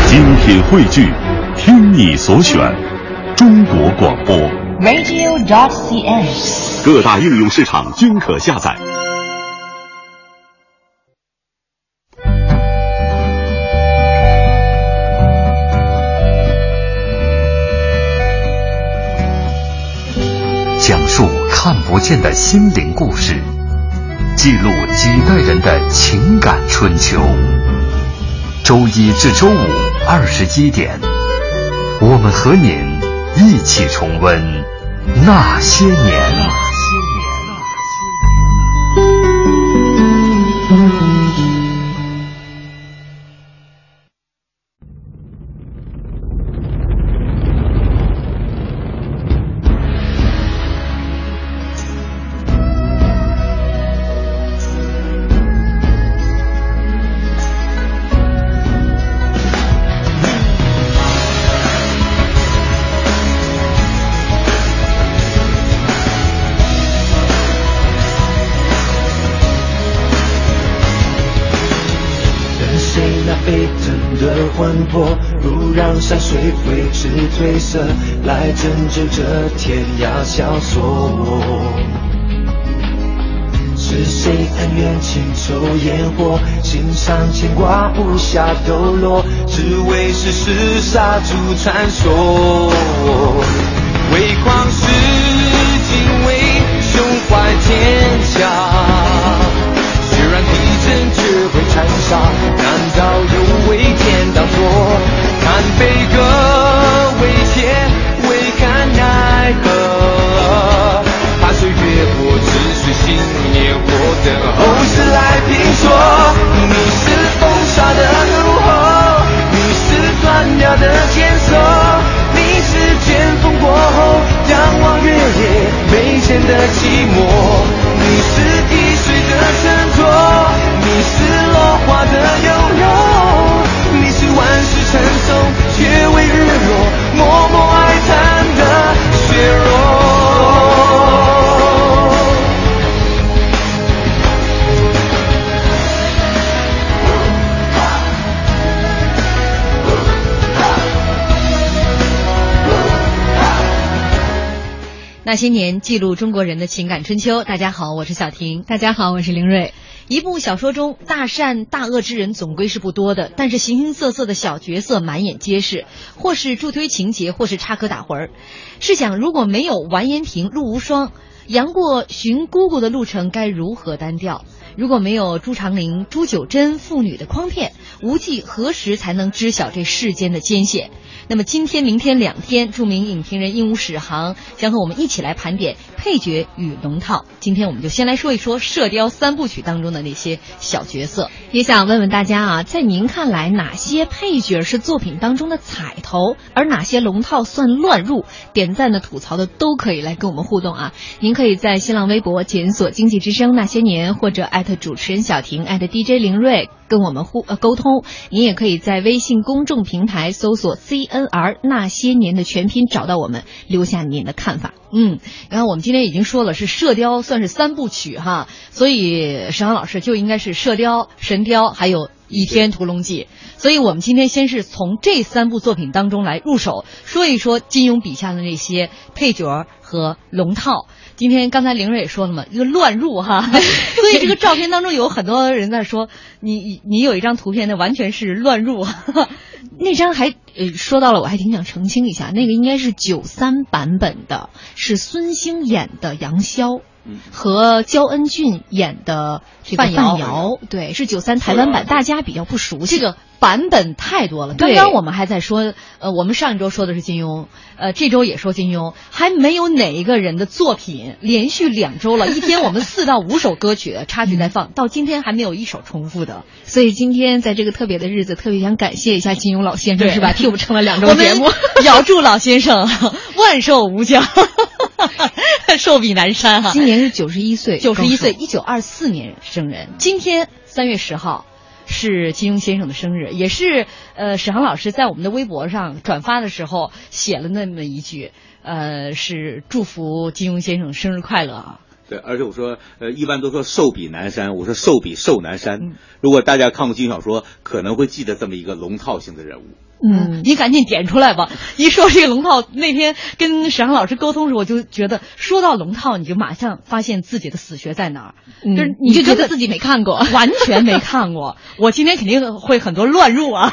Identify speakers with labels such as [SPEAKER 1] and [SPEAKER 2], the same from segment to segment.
[SPEAKER 1] 精品汇聚，听你所选，中国广播
[SPEAKER 2] radio.cn，
[SPEAKER 1] 各大应用市场均可下载。讲述看不见的心灵故事，记录几代人的情感春秋。周一至周五21点，我们和您一起重温那些年。
[SPEAKER 3] 不让山水挥之褪色，来拯救这天涯小说。是谁恩怨情仇烟火，心上牵挂无暇抖落，只为世事杀猪传说。为狂世敬畏，胸怀坚强，虽然地震却会残杀，难道有为天当作？看悲歌为切，未看奈何，怕岁月过，只随心念火，等后世来评说。你是风沙的怒吼，你是断掉的牵手，你是剑锋过后仰望月夜眉间的寂寞，你是易碎的沉着，你是落花的悠悠，你是万世成诵却为日落，默默哀叹的血肉。
[SPEAKER 2] 那些年，记录中国人的情感春秋。大家好，我是小婷。
[SPEAKER 4] 大家好，我是凌睿。
[SPEAKER 2] 一部小说中，大善大恶之人总归是不多的，但是形形色色的小角色满眼皆是，或是助推情节，或是插科打诨。试想，如果没有完颜屏、陆无双，杨过寻姑姑的路程该如何单调？如果没有朱长龄、朱九真父女的诓骗，无忌何时才能知晓这世间的艰险？那么今天、明天2天，著名影评人鹦鹉史航将和我们一起来盘点配角与龙套。今天我们就先来说一说《射雕3部曲》当中的那些小角色。
[SPEAKER 4] 也想问问大家啊，在您看来，哪些配角是作品当中的彩头，而哪些龙套算乱入？点赞的、吐槽的都可以来跟我们互动啊！您可以在新浪微博检索经济之声那些年，或者艾特主持人小婷，艾特 DJ 凌睿，跟我们沟通。您也可以在微信公众平台搜索 CNR 那些年的全拼，找到我们，留下您的看法。
[SPEAKER 2] 然后我们今天已经说了是射雕算是3部曲哈，所以史航老师就应该是射雕、神雕还有倚天屠龙记。所以我们今天先是从这3部作品当中来入手，说一说金庸笔下的那些配角和龙套。今天刚才凌睿也说了嘛，一个乱入哈，所以这个照片当中有很多人在说你有一张图片那完全是乱入，那张还说到了，我还挺想澄清一下，那个应该是93版本的，是孙兴演的杨逍和焦恩俊演的这个范瑶，对，是93台湾版，大家比较不熟悉。这个版本太多了。刚刚我们还在说，我们上一周说的是金庸，这周也说金庸，还没有哪一个人的作品连续2周了，一天我们4到5首歌曲的插曲在放，到今天还没有一首重复的。
[SPEAKER 4] 所以今天在这个特别的日子，特别想感谢一下金庸老先生，是吧？替我们撑了2周节目，
[SPEAKER 2] 遥祝老先生万寿无疆。寿比南山哈。
[SPEAKER 4] 今年是91岁
[SPEAKER 2] ，91岁，1924年生人。今天3月10号是金庸先生的生日，也是史航老师在我们的微博上转发的时候写了那么一句，是祝福金庸先生生日快乐啊。
[SPEAKER 5] 对，而且我说，一般都说寿比南山，我说寿比寿南山。如果大家看过金庸小说，可能会记得这么一个龙套型的人物。
[SPEAKER 2] 你赶紧点出来吧！一说这个龙套，那天跟沈阳老师沟通时，我就觉得说到龙套，你就马上发现自己的死穴在哪儿，就是
[SPEAKER 4] 你就觉得自己没看过，
[SPEAKER 2] 完全没看过。我今天肯定会很多乱入啊。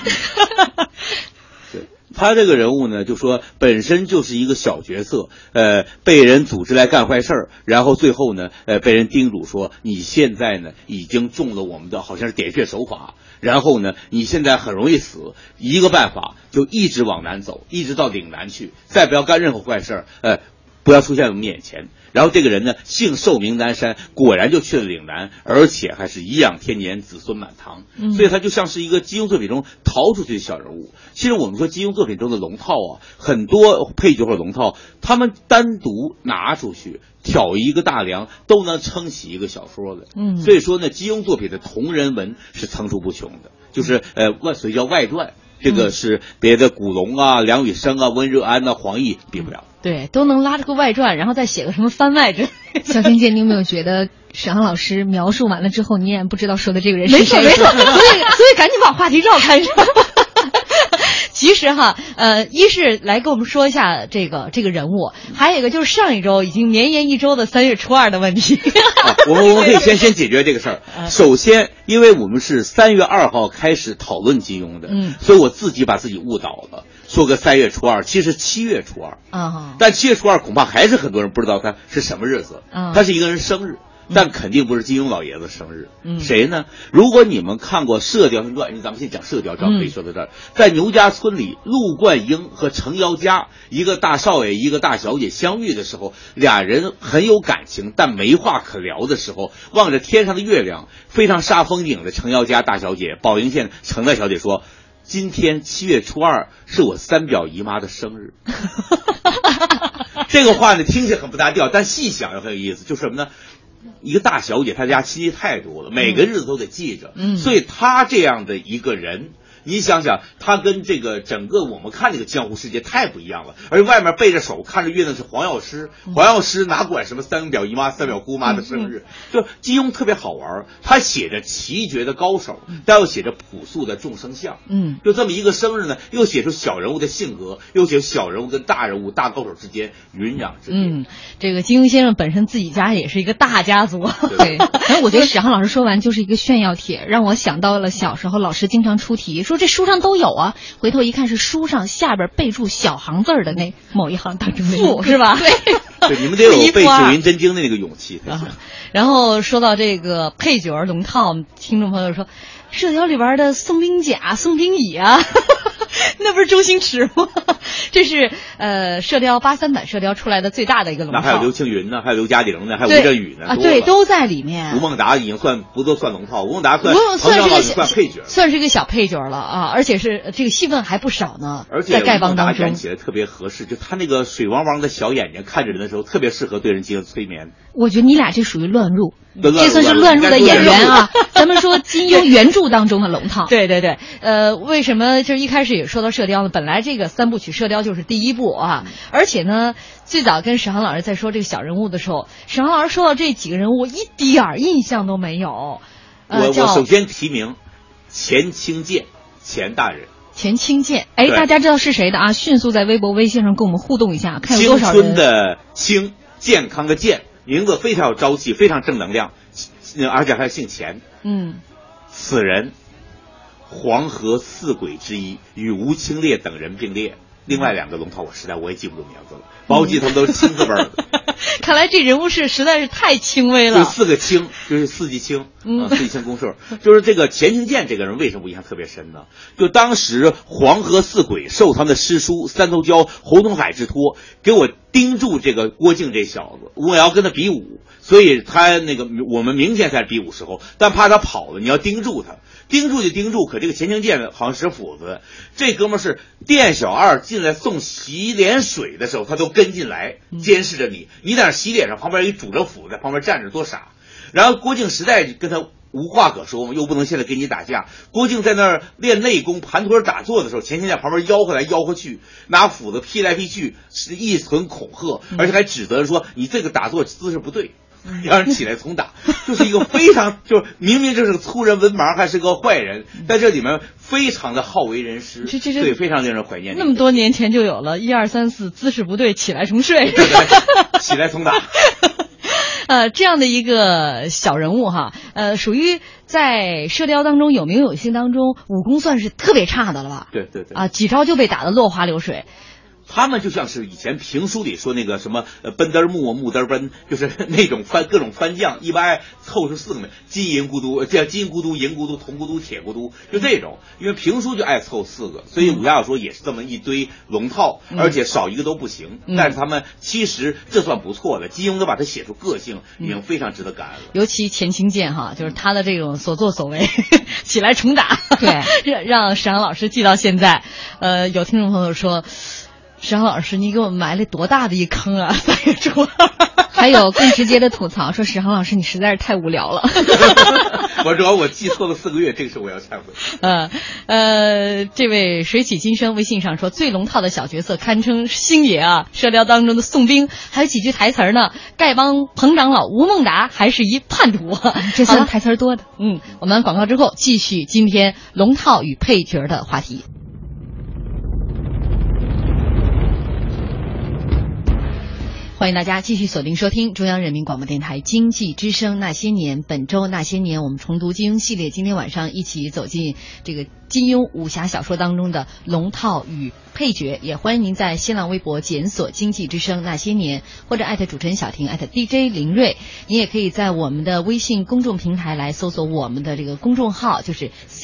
[SPEAKER 5] 他这个人物呢，就说本身就是一个小角色，被人组织来干坏事儿，然后最后呢，被人叮嘱说你现在呢已经中了我们的好像是点穴手法，然后呢你现在很容易死，一个办法就一直往南走，一直到岭南去，再不要干任何坏事儿，不要出现在我们眼前。然后这个人呢，姓寿名南山，果然就去了岭南，而且还是颐养天年，子孙满堂。所以他就像是一个金庸作品中逃出去的小人物。其实我们说金庸作品中的龙套啊，很多配角或者龙套，他们单独拿出去挑一个大梁，都能撑起一个小说的。所以说呢，金庸作品的同人文是层出不穷的，就是所以叫外传。这个是别的古龙啊、梁羽生啊、温热安啊、黄易比不了。
[SPEAKER 2] 对，都能拉着个外传，然后再写个什么番外之类。
[SPEAKER 4] 小天姐，你有没有觉得沈航老师描述完了之后，你也不知道说的这个人是谁？
[SPEAKER 2] 没错，所以赶紧把话题绕开。其实哈，一是来跟我们说一下这个人物，还有一个就是上一周已经绵延一周的3月初2的问题。
[SPEAKER 5] 我们可以先解决这个事儿。首先，因为我们是3月2号开始讨论金庸的，所以我自己把自己误导了，说个3月初2，其实7月初2。但7月初2恐怕还是很多人不知道它是什么日子，它是一个人生日。但肯定不是金庸老爷子生日，谁呢？如果你们看过《射雕传》，因为咱们先讲射雕，这样可以说到这儿。在牛家村里，陆冠英和程瑶家一个大少爷一个大小姐相遇的时候，俩人很有感情，但没话可聊的时候，望着天上的月亮，非常煞风景的程瑶家大小姐宝应县程大小姐说：“今天7月初2是我三表姨妈的生日。”这个话呢听起来很不搭调，但细想又很有意思，就是什么呢？一个大小姐，她家亲戚太多了，每个日子都得记着，所以她这样的一个人，你想想，她跟这个整个我们看这个江湖世界太不一样了。而外面背着手看着月亮是黄药师，黄药师哪管什么三表姨妈、三表姑妈的生日？就金庸特别好玩，他写着奇绝的高手，但又写着朴素的众生相。就这么一个生日呢，又写出小人物的性格，又写出小人物跟大人物、大高手之间云壤之别。
[SPEAKER 2] 这个金庸先生本身自己家也是一个大家族。
[SPEAKER 4] 对，然后我觉得史航老师说完就是一个炫耀帖，让我想到了小时候老师经常出题说这书上都有啊，回头一看是书上下边备注小行字的那某一行当中的
[SPEAKER 2] 赋是吧？
[SPEAKER 5] 对，你们得有背九阴真经的那个勇气才行。
[SPEAKER 2] 然后说到这个配角龙套，听众朋友说，射雕里边的宋兵甲、宋兵乙啊，那不是周星驰吗？这是射雕83版射雕出来的最大的一个龙套。
[SPEAKER 5] 那还有刘青云呢，还有刘嘉玲呢，还有吴镇宇呢，
[SPEAKER 2] 对，都在里面。
[SPEAKER 5] 吴孟达已经不都算龙套，吴孟达算配角，
[SPEAKER 2] 算是一个小配角了啊，而且是这个戏份还不少呢。
[SPEAKER 5] 而且
[SPEAKER 2] 在丐帮当中
[SPEAKER 5] 演起来特别合适，就他那个水汪汪的小眼睛看着人的时候，特别适合对人进行催眠。
[SPEAKER 4] 我觉得你俩这属于乱入，这算是乱入的演员啊。咱们说金庸原著当中的龙套，
[SPEAKER 2] 对，为什么就是一开始也说到射雕呢？本来这个3部曲射雕就是第一部啊，而且呢，最早跟史航老师在说这个小人物的时候，史航老师说到这几个人物一点印象都没有。
[SPEAKER 5] 我首先提名钱清健，钱大人。
[SPEAKER 4] 钱清健，大家知道是谁的啊？迅速在微博、微信上跟我们互动一下，看有多少人。
[SPEAKER 5] 青春的青，健康的健，名字非常有朝气，非常正能量，而且还姓钱。此人黄河四鬼之一，与吴清烈等人并列。另外2个龙套我也记不住名字了，包记他们都是清字辈的。
[SPEAKER 2] 看来这人物实在是太轻微了。
[SPEAKER 5] 就4个清，就是四季青4季青公社。就是这个钱清健这个人为什么印象特别深呢？就当时黄河四鬼受他们的师叔三头蛟侯东海之托，给我盯住这个郭靖这小子，我要跟他比武，所以他那个我们明天才比武时候，但怕他跑了，你要盯住他。盯住就盯住，可这个钱清健好像使斧子，这哥们是店小二进来送洗脸水的时候，他都跟进来监视着你。你在那洗脸上，旁边一拄着斧在旁边站着，多傻。然后郭靖实在跟他无话可说，又不能现在跟你打架。郭靖在那儿练内功盘腿打坐的时候，钱清健旁边吆喝来吆喝去，拿斧子劈来劈去，是一存恐吓，而且还指责说你这个打坐姿势不对。 让人起来重打，就是一个非常就是明明这是个粗人文盲还是个坏人，在这里面非常的好为人师，对，非常令人怀念。
[SPEAKER 2] 那么多年前就有了1、2、3、4姿势不对起来重睡，
[SPEAKER 5] 起来重打。
[SPEAKER 2] 这样的一个小人物哈，属于在射雕当中有名有姓当中武功算是特别差的了吧？
[SPEAKER 5] 对对对，
[SPEAKER 2] 啊，几招就被打得落花流水。
[SPEAKER 5] 他们就像是以前评书里说那个什么奔嘚木木嘚奔，就是那种各种番将，一般凑出4个名，金银咕嘟，叫金咕嘟、银咕嘟、铜咕嘟、铁咕嘟，就这种。因为评书就爱凑4个，所以武侠小说也是这么一堆龙套，而且少一个都不行。但是他们其实这算不错的，金庸都把它写出个性，已经非常值得感恩了。
[SPEAKER 2] 尤其钱清剑哈，就是他的这种所作所为，起来重打，
[SPEAKER 4] 对，
[SPEAKER 2] 让沈阳老师记到现在。有听众朋友说，沈阳老师，你给我们埋了多大的一坑啊！3月初2，
[SPEAKER 4] 还有更直接的吐槽说，沈阳老师你实在是太无聊了。
[SPEAKER 5] 主要我记错了4个月，这个事我要忏
[SPEAKER 2] 悔。这位水起金生微信上说，最龙套的小角色堪称星爷啊！射雕当中的宋兵还有几句台词呢，丐帮彭长老吴孟达还是一叛徒，
[SPEAKER 4] 这算台词多的。
[SPEAKER 2] 我们广告之后继续今天龙套与配角的话题。欢迎大家继续锁定收听中央人民广播电台经济之声那些年。本周那些年我们重读金庸系列，今天晚上一起走进这个金庸武侠小说当中的龙套与配角。也欢迎您在新浪微博检索经济之声那些年，或者艾特主持人小婷，艾特 DJ 林睿。你也可以在我们的微信公众平台来搜索我们的这个公众号，就是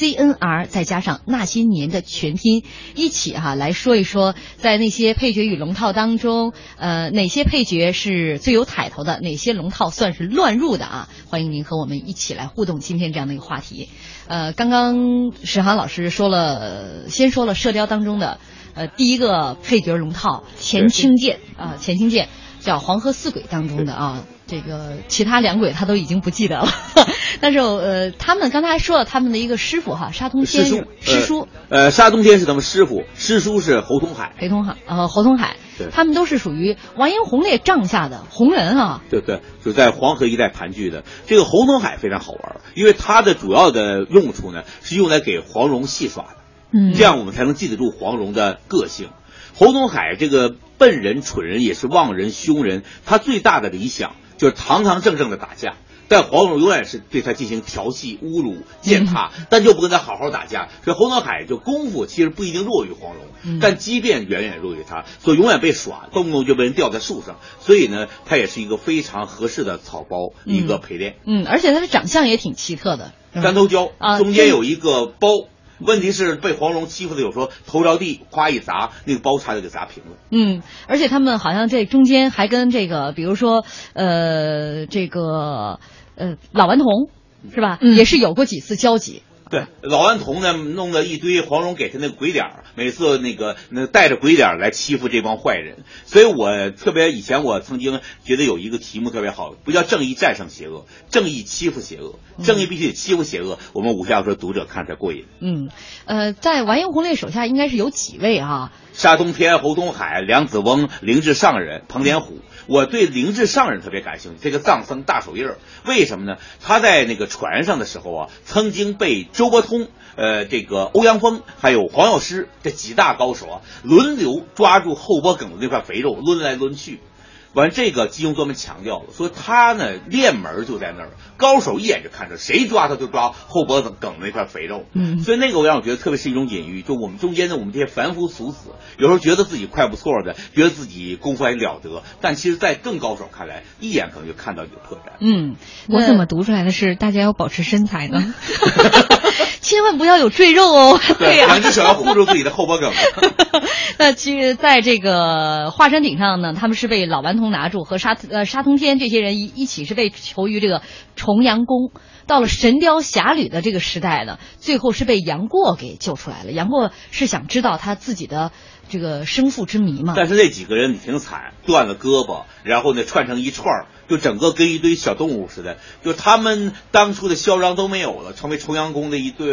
[SPEAKER 2] CNR 再加上那些年的全拼，一起来说一说在那些配角与龙套当中哪些配角是最有彩头的，哪些龙套算是乱入的啊？欢迎您和我们一起来互动今天这样的一个话题。刚刚石航老师先说了射雕当中的第一个配角龙套钱清剑钱清剑叫黄河4鬼当中的啊，这个其他2鬼他都已经不记得了，但是他们刚才还说了他们的一个师傅哈，沙通天师叔，
[SPEAKER 5] 沙通天是他们师傅，师叔是侯通海，
[SPEAKER 2] 侯通海，他们都是属于完颜洪烈帐下的红人啊。
[SPEAKER 5] 对，就在黄河一带盘踞的。这个侯通海非常好玩，因为他的主要的用处呢是用来给黄蓉戏耍的，这样我们才能记得住黄蓉的个性。侯通海这个笨人、蠢人，也是妄人、凶人，他最大的理想就是堂堂正正的打架。但黄蓉永远是对他进行调戏、侮辱、践踏，但就不跟他好好打架。所以侯通海就功夫其实不一定弱于黄蓉，但即便远远弱于他，所以永远被耍，动不动就被人吊在树上。所以呢，他也是一个非常合适的草包，一个陪练。
[SPEAKER 2] 而且他的长相也挺奇特的
[SPEAKER 5] ，3头胶，中间有一个包。问题是被黄蓉欺负的，有时候头着地，夸一砸，那个包差就给砸平了。
[SPEAKER 2] 而且他们好像这中间还跟这个，比如说这个老顽童是吧？也是有过几次交集。
[SPEAKER 5] 对，老顽童呢弄了一堆黄蓉给他那个鬼脸，每次带着鬼脸来欺负这帮坏人。所以我以前我曾经觉得有一个题目特别好，不叫正义战胜邪恶，正义欺负邪恶，正义必须得欺负邪恶，我们武侠小说读者看才过瘾。
[SPEAKER 2] 在完颜洪烈手下应该是有几位啊？
[SPEAKER 5] 沙通天、侯通海、梁子翁、灵智上人、彭连虎。我对灵智上人特别感兴趣，这个藏僧大手印儿，为什么呢？他在那个船上的时候曾经被周伯通、这个欧阳锋还有黄药师这几大高手轮流抓住后脖梗的那块肥肉抡来抡去。完，这个金庸专门强调了，说他呢练门就在那儿，高手一眼就看着，谁抓他就抓后脖子梗的那块肥肉。所以那个让我觉得特别是一种隐喻，就我们中间的我们这些凡夫俗子，有时候觉得自己快不错的，觉得自己功夫还了得，但其实在更高手看来，一眼可能就看到你的破绽。
[SPEAKER 4] 我怎么读出来的是大家要保持身材呢？
[SPEAKER 2] 千万不要有赘肉哦。对呀，
[SPEAKER 5] 2只手要护住自己的后脖梗。
[SPEAKER 2] 那其实在这个华山顶上呢，他们是被老顽童拿住，和沙通天这些人一起是被囚于这个重阳宫。到了神雕侠侣的这个时代呢，最后是被杨过给救出来了。杨过是想知道他自己的这个生父之谜嘛。
[SPEAKER 5] 但是那几个人挺惨，断了胳膊，然后呢串成一串，就整个跟一堆小动物似的，就他们当初的嚣张都没有了，成为重阳宫的一对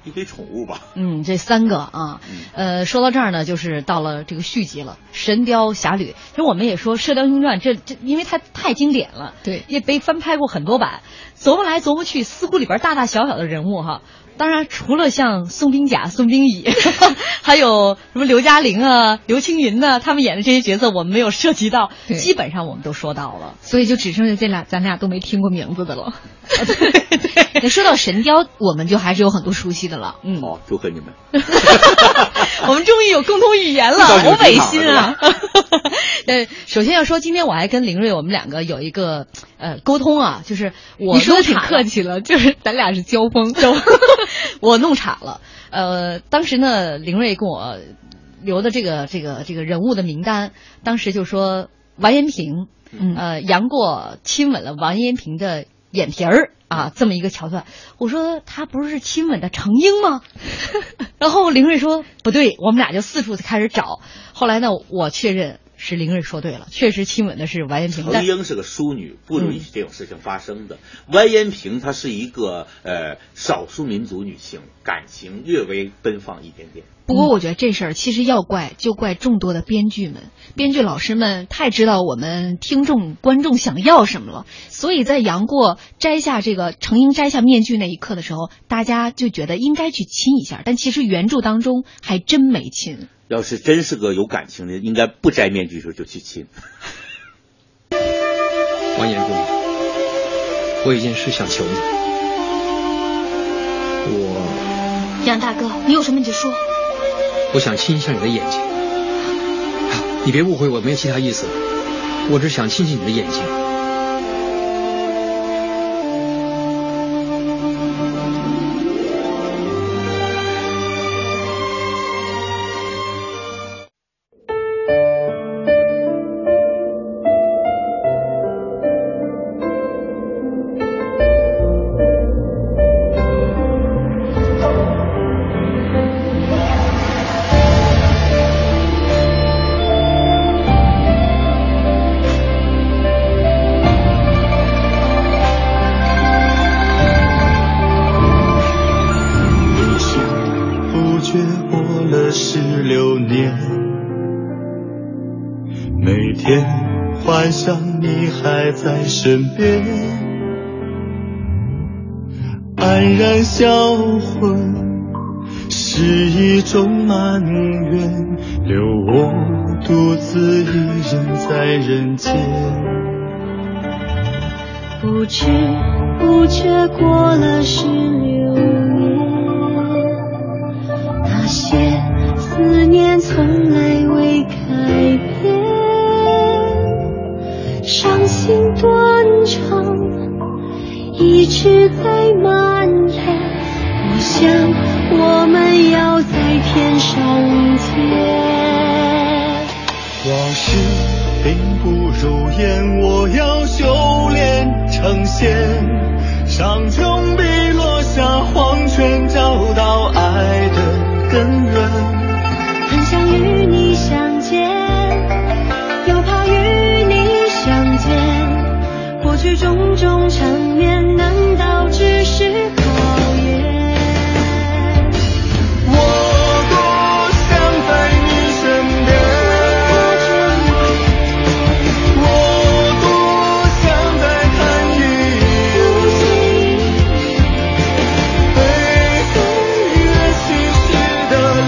[SPEAKER 5] 一堆宠物吧。
[SPEAKER 2] 这3个啊，说到这儿呢，就是到了这个续集了，《神雕侠侣》。其实我们也说《射雕英雄传》，这因为它太经典了，
[SPEAKER 4] 对，
[SPEAKER 2] 也被翻拍过很多版，琢磨来琢磨去，似乎里边大大小小的人物哈。当然，除了像宋兵甲、宋兵乙，还有什么刘嘉玲啊、刘青云呢，他们演的这些角色，我们没有涉及到，基本上我们都说到了，
[SPEAKER 4] 所以就只剩下这俩，咱俩都没听过名字的了。对，说到神雕，我们就还是有很多熟悉的了。
[SPEAKER 5] 好，祝贺你们！
[SPEAKER 2] 我们终于有共同语言了，好违心啊！首先要说，今天我还跟林睿我们2个有一个沟通啊，就是我
[SPEAKER 4] 你说的挺客气了，就是咱俩是交锋。
[SPEAKER 2] 我弄岔了，当时呢，林睿跟我留的这个人物的名单，当时就说完颜萍，杨过亲吻了完颜萍的眼皮儿啊，这么一个桥段。我说他不是亲吻的程婴吗？然后林睿说不对，我们俩就四处开始找。后来呢，我确认是林睿说对了，确实亲吻的是完颜萍。
[SPEAKER 5] 程婴是个淑女，不允许这种事情发生的。完颜萍她是一个少数民族女性，感情略微奔放一点点。
[SPEAKER 4] 不过我觉得这事儿其实要怪就怪众多的编剧们，编剧老师们太知道我们听众观众想要什么了，所以在杨过摘下这个程婴摘下面具那一刻的时候，大家就觉得应该去亲一下，但其实原著当中还真没亲。
[SPEAKER 5] 要是真是个有感情的，应该不摘面具的时候就去亲。
[SPEAKER 6] 完颜公，我有件事想求你。
[SPEAKER 7] 杨大哥，你有什么你就说。
[SPEAKER 6] 我想亲一下你的眼睛。你别误会，我没有其他意思，我只想亲亲你的眼睛。
[SPEAKER 3] 在身边，安然销魂是一种埋怨，留我独自一人在人间。
[SPEAKER 8] 不知不觉过了16年，那些思念从来未改变。伤心断肠，一直在蔓延。我想我们要在天上见。
[SPEAKER 3] 往事并不如烟，我要修炼成仙。上穷碧落下黄泉，找到爱的根源。
[SPEAKER 8] 很想与你相见，又怕与你相见，过去种种场面难道只是考验？
[SPEAKER 3] 我多想在你身边，我多想再看一眼被岁月稀释的脸。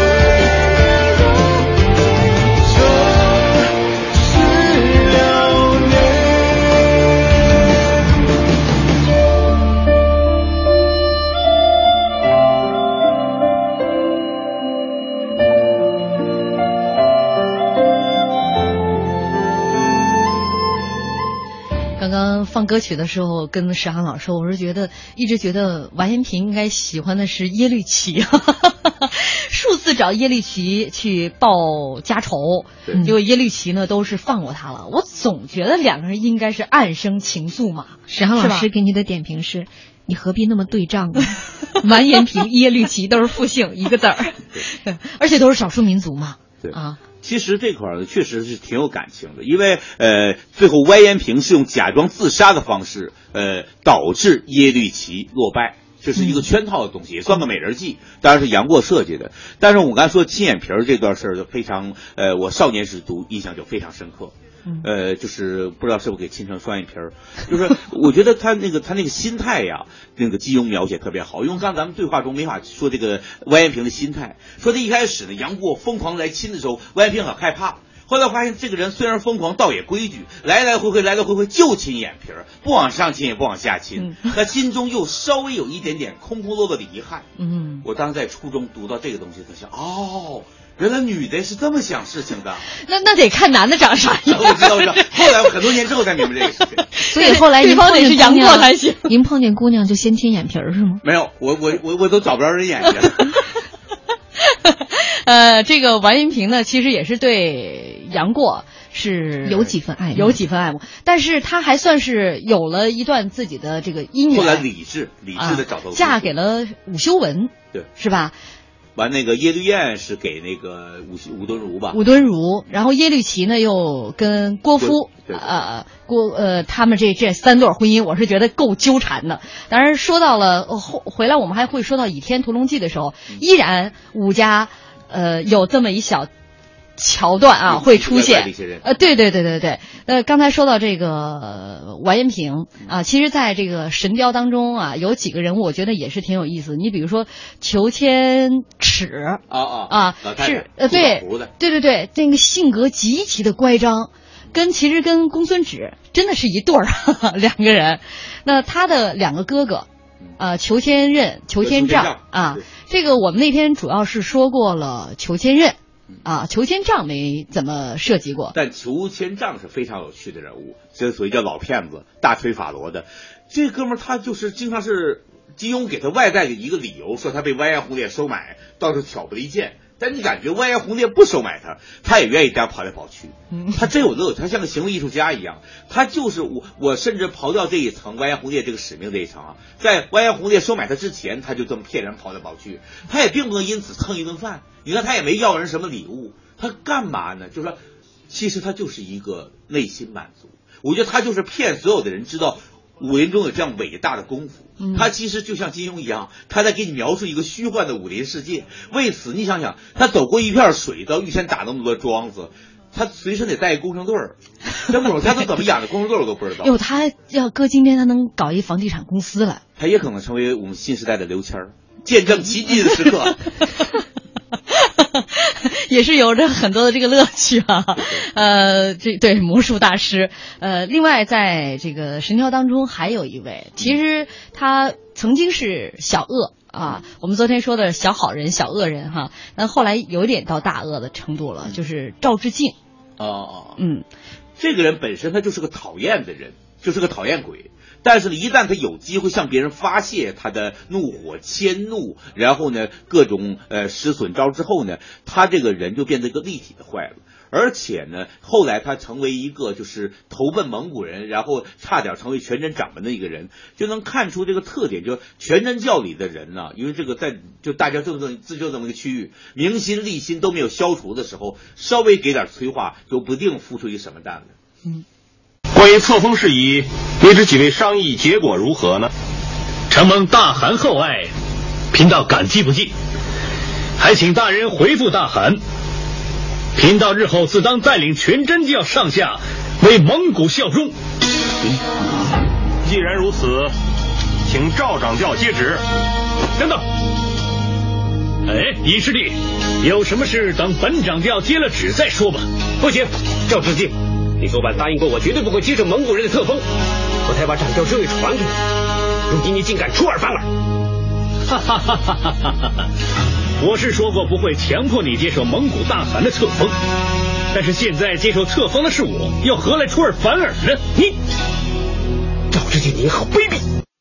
[SPEAKER 2] 放歌曲的时候跟石航老师说，我是一直觉得完颜萍应该喜欢的是耶律齐，数次找耶律齐去报家仇，结果耶律齐呢都是放过他了。我总觉得两个人应该是暗生情愫嘛。
[SPEAKER 4] 石航老师给你的点评是，你何必那么对仗呢？完颜萍、耶律齐都是复姓一个字儿，
[SPEAKER 2] 而且都是少数民族嘛。
[SPEAKER 5] 对啊。其实这块儿确实是挺有感情的，因为最后完颜萍是用假装自杀的方式导致耶律齐落败， 这是一个圈套的东西，也算个美人计，当然是杨过设计的。但是我刚才说亲眼皮儿这段事儿就非常，我少年时读印象就非常深刻。就是不知道是不是给亲成双眼皮儿，就是我觉得他那个心态呀，那个金庸描写特别好。因为刚才咱们对话中没法说这个完颜萍的心态，说他一开始呢，杨过疯狂来亲的时候，完颜萍很害怕。后来发现这个人虽然疯狂，倒也规矩，来来回回就亲眼皮儿，不往上亲也不往下亲，他心中又稍微有一点点空落的遗憾。我当时在初中读到这个东西，他想原来女的是这么想事情的。
[SPEAKER 2] 那得看男的长啥样。
[SPEAKER 5] 我知道。后来我很多年之后才明白这个事情。
[SPEAKER 4] 所以后来
[SPEAKER 2] 对方得是杨过才行。
[SPEAKER 4] 您碰见姑娘就先亲眼皮儿是吗？
[SPEAKER 5] 没有，我都找不着人眼睛。
[SPEAKER 2] 这个完颜萍呢，其实也是对杨过是
[SPEAKER 4] 有几分爱
[SPEAKER 2] 慕，但是他还算是有了一段自己的这个姻缘。
[SPEAKER 5] 后来理智的找到
[SPEAKER 2] 嫁给了武修文，
[SPEAKER 5] 对，
[SPEAKER 2] 是吧？
[SPEAKER 5] 完那个耶律燕是给那个武敦儒吧？
[SPEAKER 2] 武敦儒，然后耶律齐呢又跟郭芙，他们这三对婚姻，我是觉得够纠缠的。当然说到了回来我们还会说到《倚天屠龙记》的时候，依然武家有这么一小桥段啊会出现。对。刚才说到这个完颜萍啊，其实在这个神雕当中啊，有几个人物我觉得也是挺有意思。你比如说裘千尺是对，那个性格极其的乖张，其实跟公孙止真的是一对儿两个人。那他的两个哥哥裘千仞、裘千丈啊，这个我们那天主要是说过了裘千仞。裘千丈没怎么涉及过，
[SPEAKER 5] 但裘千丈是非常有趣的人物，这所谓叫老骗子，大吹法罗的。这哥们儿他就是经常是金庸给他外在的一个理由，说他被完颜洪烈收买，倒是挑拨离间。但你感觉完颜洪烈不收买他也愿意这样跑来跑去，他真有乐趣，他像个行为艺术家一样。他就是我甚至刨掉这一层完颜洪烈这个使命这一层啊，在完颜洪烈收买他之前，他就这么骗人跑来跑去，他也并不能因此蹭一顿饭。你看他也没要人什么礼物，他干嘛呢？就是说，其实他就是一个内心满足。我觉得他就是骗所有的人知道武林中有这样伟大的功夫。他其实就像金庸一样，他在给你描述一个虚幻的武林世界。为此你想想，他走过一片水到玉山打那么多桩子，他随身得带一工程队儿，真不他都怎么养的工程队我都不知道。
[SPEAKER 2] 他要搁今天他能搞一房地产公司了，
[SPEAKER 5] 他也可能成为我们新时代的刘谦儿，见证奇迹的时刻。
[SPEAKER 2] 也是有着很多的这个乐趣啊，对魔术大师，另外在这个神雕当中还有一位，其实他曾经是小恶啊，我们昨天说的小好人、小恶人哈，但后来有点到大恶的程度了，就是赵志敬。
[SPEAKER 5] 这个人本身他就是个讨厌的人，就是个讨厌鬼。但是呢，一旦他有机会向别人发泄他的怒火、迁怒，然后呢各种使损招之后呢，他这个人就变得一个立体的坏了。而且呢，后来他成为一个就是投奔蒙古人，然后差点成为全真掌门的一个人，就能看出这个特点，就是全真教里的人呢，因为这个就大家自就这么一个区域，明心立心都没有消除的时候，稍微给点催化，就不定孵出一什么蛋来。
[SPEAKER 9] 关于册封事宜，你知几位商议结果如何呢？承蒙大汗厚爱，贫道感激不尽，还请大人回复大汗，贫道日后自当带领全真教上下为蒙古效忠。既然如此，请赵掌教接旨。等等，尹师弟，有什么事等本掌教接了旨再说吧。
[SPEAKER 10] 不行，赵志敬，你昨晚答应过我，绝对不会接受蒙古人的册封，我才把掌教之位传给你，如今你竟敢出尔反尔！
[SPEAKER 9] 我是说过不会强迫你接受蒙古大汗的册封，但是现在接受册封的是我，又何来出尔反尔呢？你
[SPEAKER 10] 赵志敬，你好卑鄙！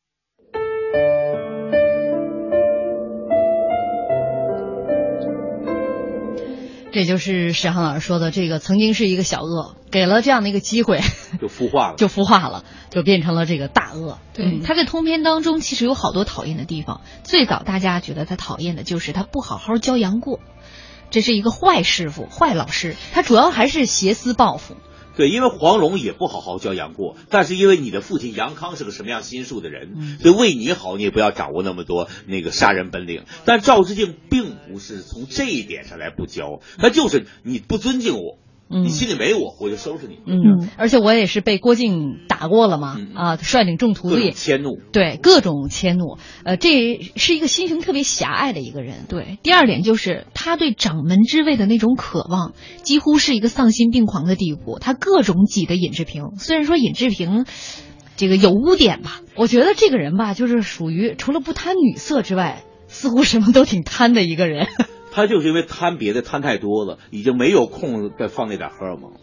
[SPEAKER 2] 这就是史航老师说的，这个曾经是一个小恶，给了这样的一个机会，
[SPEAKER 5] 就孵化了，
[SPEAKER 2] 就变成了这个大恶。
[SPEAKER 4] 对，他在通篇当中其实有好多讨厌的地方。最早大家觉得他讨厌的就是他不好好教杨过，这是一个坏师傅、坏老师，他主要还是挟私报复。
[SPEAKER 5] 对，因为黄蓉也不好好教杨过，但是因为你的父亲杨康是个什么样心术的人，所以为你好，你也不要掌握那么多那个杀人本领。但赵志敬并不是从这一点上来不教，他就是你不尊敬我。你心里没我就收拾你。
[SPEAKER 2] 而且我也是被郭靖打过了嘛，率领众徒弟
[SPEAKER 5] 迁怒，
[SPEAKER 2] 对，各种迁怒。这是一个心胸特别狭隘的一个人。
[SPEAKER 4] 对，第二点就是他对掌门之位的那种渴望，几乎是一个丧心病狂的地步。他各种挤得尹志平，虽然说尹志平这个有污点吧，
[SPEAKER 2] 我觉得这个人吧，就是属于除了不贪女色之外，似乎什么都挺贪的一个人。
[SPEAKER 5] 他就是因为贪别的贪太多了，已经没有空再放那点荷尔蒙。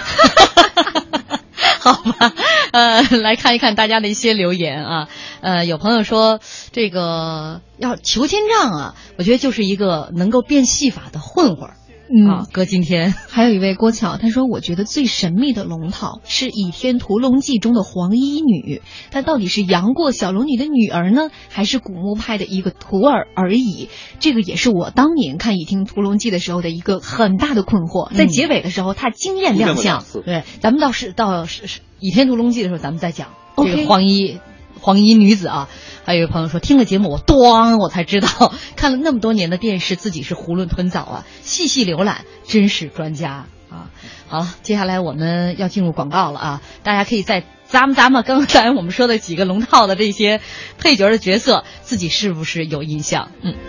[SPEAKER 2] 好吧，来看一看大家的一些留言啊。有朋友说这个要裘千丈啊，我觉得就是一个能够变戏法的混混。搁今天
[SPEAKER 4] 还有一位郭巧，他说我觉得最神秘的龙套是《倚天屠龙记》中的黄衣女，她到底是杨过小龙女的女儿呢，还是古墓派的一个徒儿而已？这个也是我当年看《倚天屠龙记》的时候的一个很大的困惑。在结尾的时候，她惊艳亮相。
[SPEAKER 2] 对，咱们到《倚天屠龙记》的时候，咱们再讲这个黄衣女子啊。还有一个朋友说，听了节目我才知道，看了那么多年的电视，自己是囫囵吞枣啊，细细浏览，真是专家啊。好了，接下来我们要进入广告了啊，大家可以在咱们刚才我们说的几个龙套的这些配角的角色，自己是不是有印象？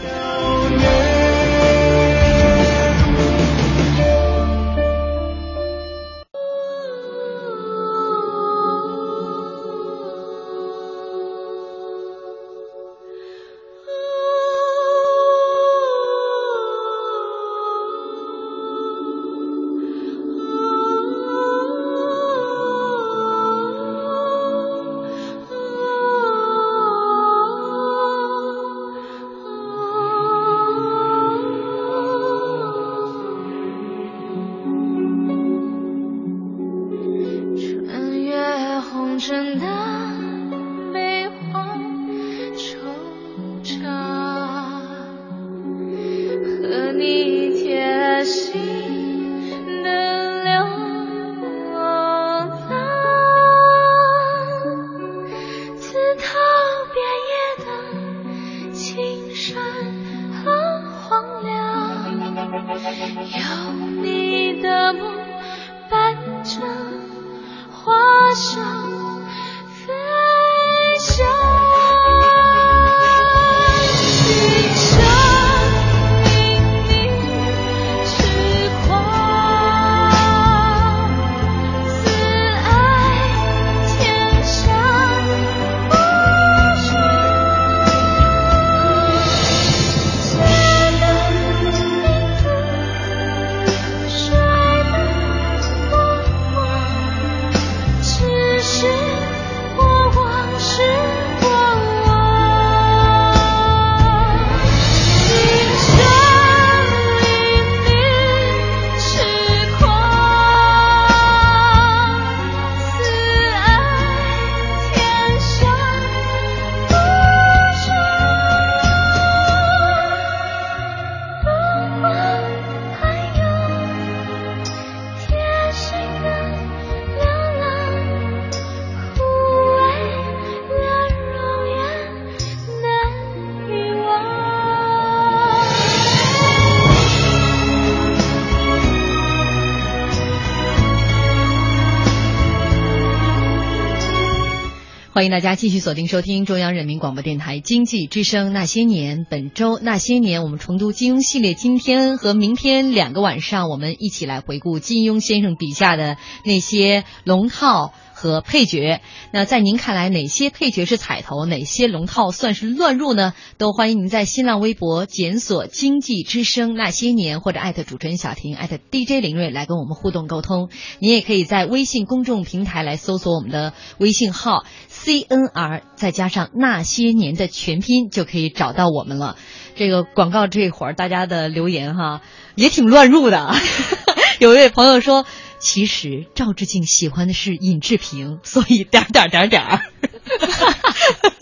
[SPEAKER 2] 欢迎大家继续锁定收听中央人民广播电台经济之声那些年。本周那些年我们重读金庸系列，今天和明天2个晚上，我们一起来回顾金庸先生笔下的那些龙套和配角。那在您看来，哪些配角是彩头，哪些龙套算是乱入呢？都欢迎您在新浪微博检索经济之声那些年，或者艾特主持人小婷，艾特 DJ 林睿来跟我们互动沟通。您也可以在微信公众平台来搜索我们的微信号 CNR 再加上那些年的全拼，就可以找到我们了。这个广告这会儿大家的留言哈也挺乱入的。有一位朋友说，其实赵志敬喜欢的是尹志平，所以点。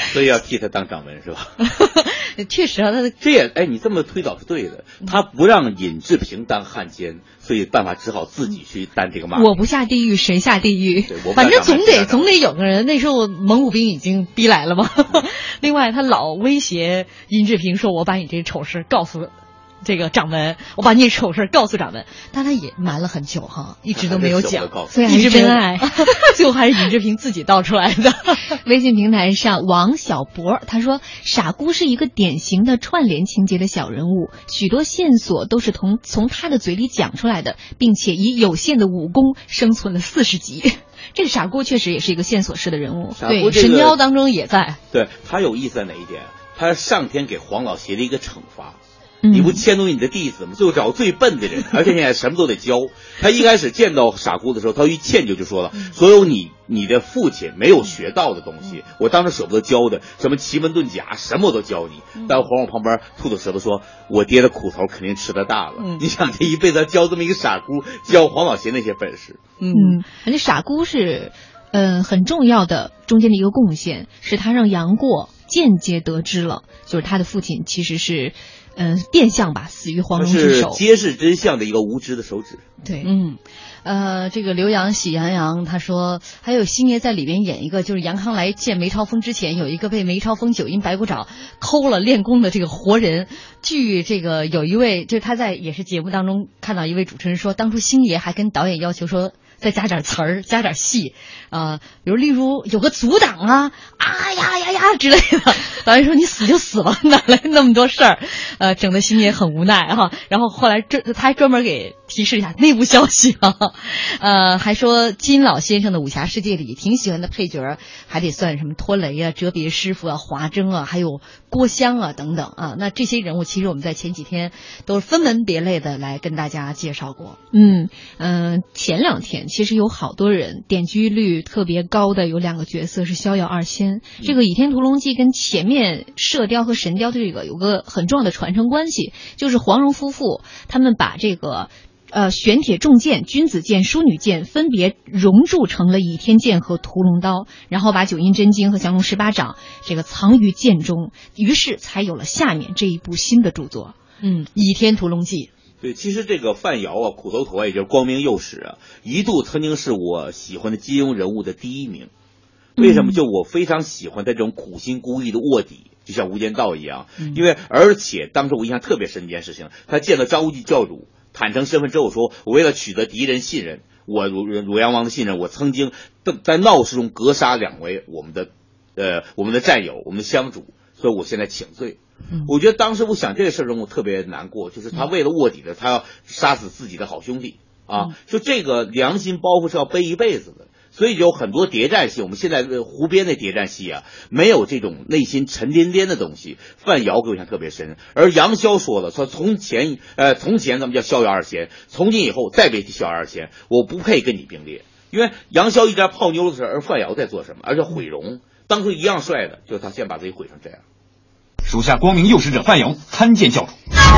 [SPEAKER 5] 所以要替他当掌门是吧？
[SPEAKER 2] 确实啊，
[SPEAKER 5] 这也你这么推导是对的。他不让尹志平当汉奸，所以办法只好自己去担这个骂名。
[SPEAKER 4] 我不下地狱谁下地狱？
[SPEAKER 2] 反正总得有个人。那时候蒙古兵已经逼来了嘛。另外他老威胁尹志平说：“我把你这丑事告诉这个掌门，我把你丑事告诉掌门。”但他也瞒了很久哈，一直都没有讲，
[SPEAKER 4] 所以还是真爱。
[SPEAKER 2] 最后还是尹志平自己道出来的。
[SPEAKER 4] 微信平台上王小博他说，傻姑是一个典型的串联情节的小人物，许多线索都是从他的嘴里讲出来的，并且以有限的武功生存了40集。这个傻姑确实也是一个线索式的人物，
[SPEAKER 2] 对，神雕当中也在。
[SPEAKER 5] 对，他有意思在哪一点？他上天给黄老邪的一个惩罚。你不迁怒你的弟子吗？最后找最笨的人，而且现在什么都得教。他一开始见到傻姑的时候，他一歉就说了，所有你的父亲没有学到的东西，我当时舍不得教的，什么奇门遁甲，什么我都教你。但黄往旁边吐吐舌头说，我爹的苦头肯定吃得大了。你想这一辈子教这么一个傻姑，教黄老邪那些本事。
[SPEAKER 4] 而且傻姑是很重要的中间的一个贡献，是他让杨过间接得知了，就是他的父亲其实是变相吧死于黄蓉之手，
[SPEAKER 5] 是揭示真相的一个无知的手指。
[SPEAKER 2] 对，这个刘洋喜羊羊他说，还有星爷在里边演一个，就是杨康来见梅超风之前，有一个被梅超风9阴白骨爪抠了练功的这个活人。据这个有一位，就是他在也是节目当中看到一位主持人说，当初星爷还跟导演要求说，再加点词儿，加点戏，比如例如有个阻挡啊呀之类的。导演说你死就死了，哪来那么多事儿？整得星爷很无奈哈。然后后来他还专门给提示一下内部消息啊。还说金老先生的武侠世界里挺喜欢的配角，还得算什么托雷啊、哲别师傅啊、华筝啊，还有郭襄啊等等啊。那这些人物其实我们在前几天都是分门别类的来跟大家介绍过。
[SPEAKER 4] 前2天其实有好多人点击率特别高的有2个角色是逍遥2仙。这个《倚天屠龙记》跟前面射雕和神雕这个有个很重要的传承关系，就是黄蓉夫妇他们把这个玄铁重剑、君子剑、淑女剑分别熔铸成了倚天剑和屠龙刀，然后把九阴真经和降龙18掌这个藏于剑中，于是才有了下面这一部新的著作
[SPEAKER 2] 《倚天屠龙记》。
[SPEAKER 5] 对，其实这个范瑶啊，苦头陀也就是光明右使啊，一度曾经是我喜欢的金庸人物的第1名。为什么？就我非常喜欢他这种苦心孤诣的卧底，就像无间道一样。因为而且当时我印象特别深的一件事情，他见到张无忌教主坦诚身份之后说，我为了取得敌人信任，我汝阳王的信任，我曾经在闹市中格杀2位我们的战友，我们的相主，所以我现在请罪。我觉得当时我想这个事儿中我特别难过，就是他为了卧底的，他要杀死自己的好兄弟啊，就这个良心包袱是要背一辈子的。所以有很多谍战戏，我们现在湖边的谍战戏啊，没有这种内心沉甸甸的东西。范瑶给我印象特别深，而杨逍说了，说从前咱们叫逍遥2仙，从今以后再别提逍遥2仙，我不配跟你并列。因为杨逍一直在泡妞的事，而范瑶在做什么？而且毁容，当初一样帅的，就是他先把自己毁成这样。
[SPEAKER 11] 属下光明右使者范瑶参见教主。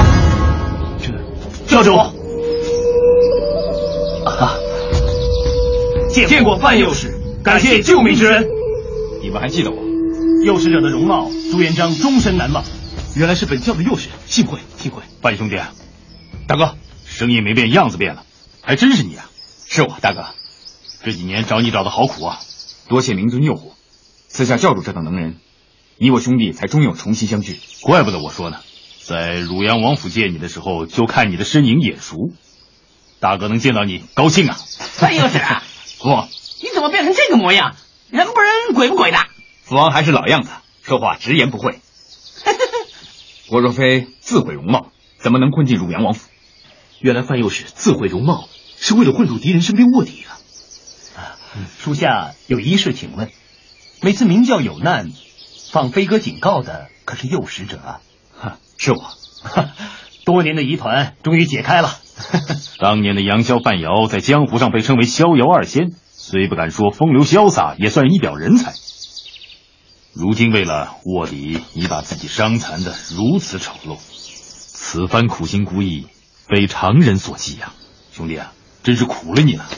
[SPEAKER 12] 教主见过范右使，感谢救命之恩。
[SPEAKER 11] 你们还记得我？
[SPEAKER 12] 右使者的容貌，朱元璋终身难忘。原来是本教的右使，幸会。
[SPEAKER 11] 范兄弟，大哥，声音没变，样子变了，还真是你啊！是我，大哥。这几年找你找的好苦啊，多谢明尊诱惑，赐下教主这等能人，你我兄弟才终有重新相聚。
[SPEAKER 9] 怪不得我说呢，在汝阳王府见你的时候，就看你的身影眼熟。大哥能见到你，高兴啊！
[SPEAKER 13] 范右使，
[SPEAKER 11] 父王，
[SPEAKER 13] 你怎么变成这个模样？人不人，鬼不鬼的？
[SPEAKER 11] 父王还是老样子，说话直言不讳。我若非自毁容貌，怎么能混进汝阳王府？
[SPEAKER 12] 原来范右使自毁容貌，是为了混入敌人身边卧底了。属下有一事请问，每次明教有难，放飞鸽警告的可是右使者啊？
[SPEAKER 11] 是我。
[SPEAKER 12] 多年的疑团终于解开了。
[SPEAKER 9] 当年的杨逍、范瑶在江湖上被称为逍遥2仙，虽不敢说风流潇洒，也算一表人才。如今为了卧底，你把自己伤残的如此丑陋，此番苦心孤诣，非常人所及呀！兄弟啊，真是苦了你了。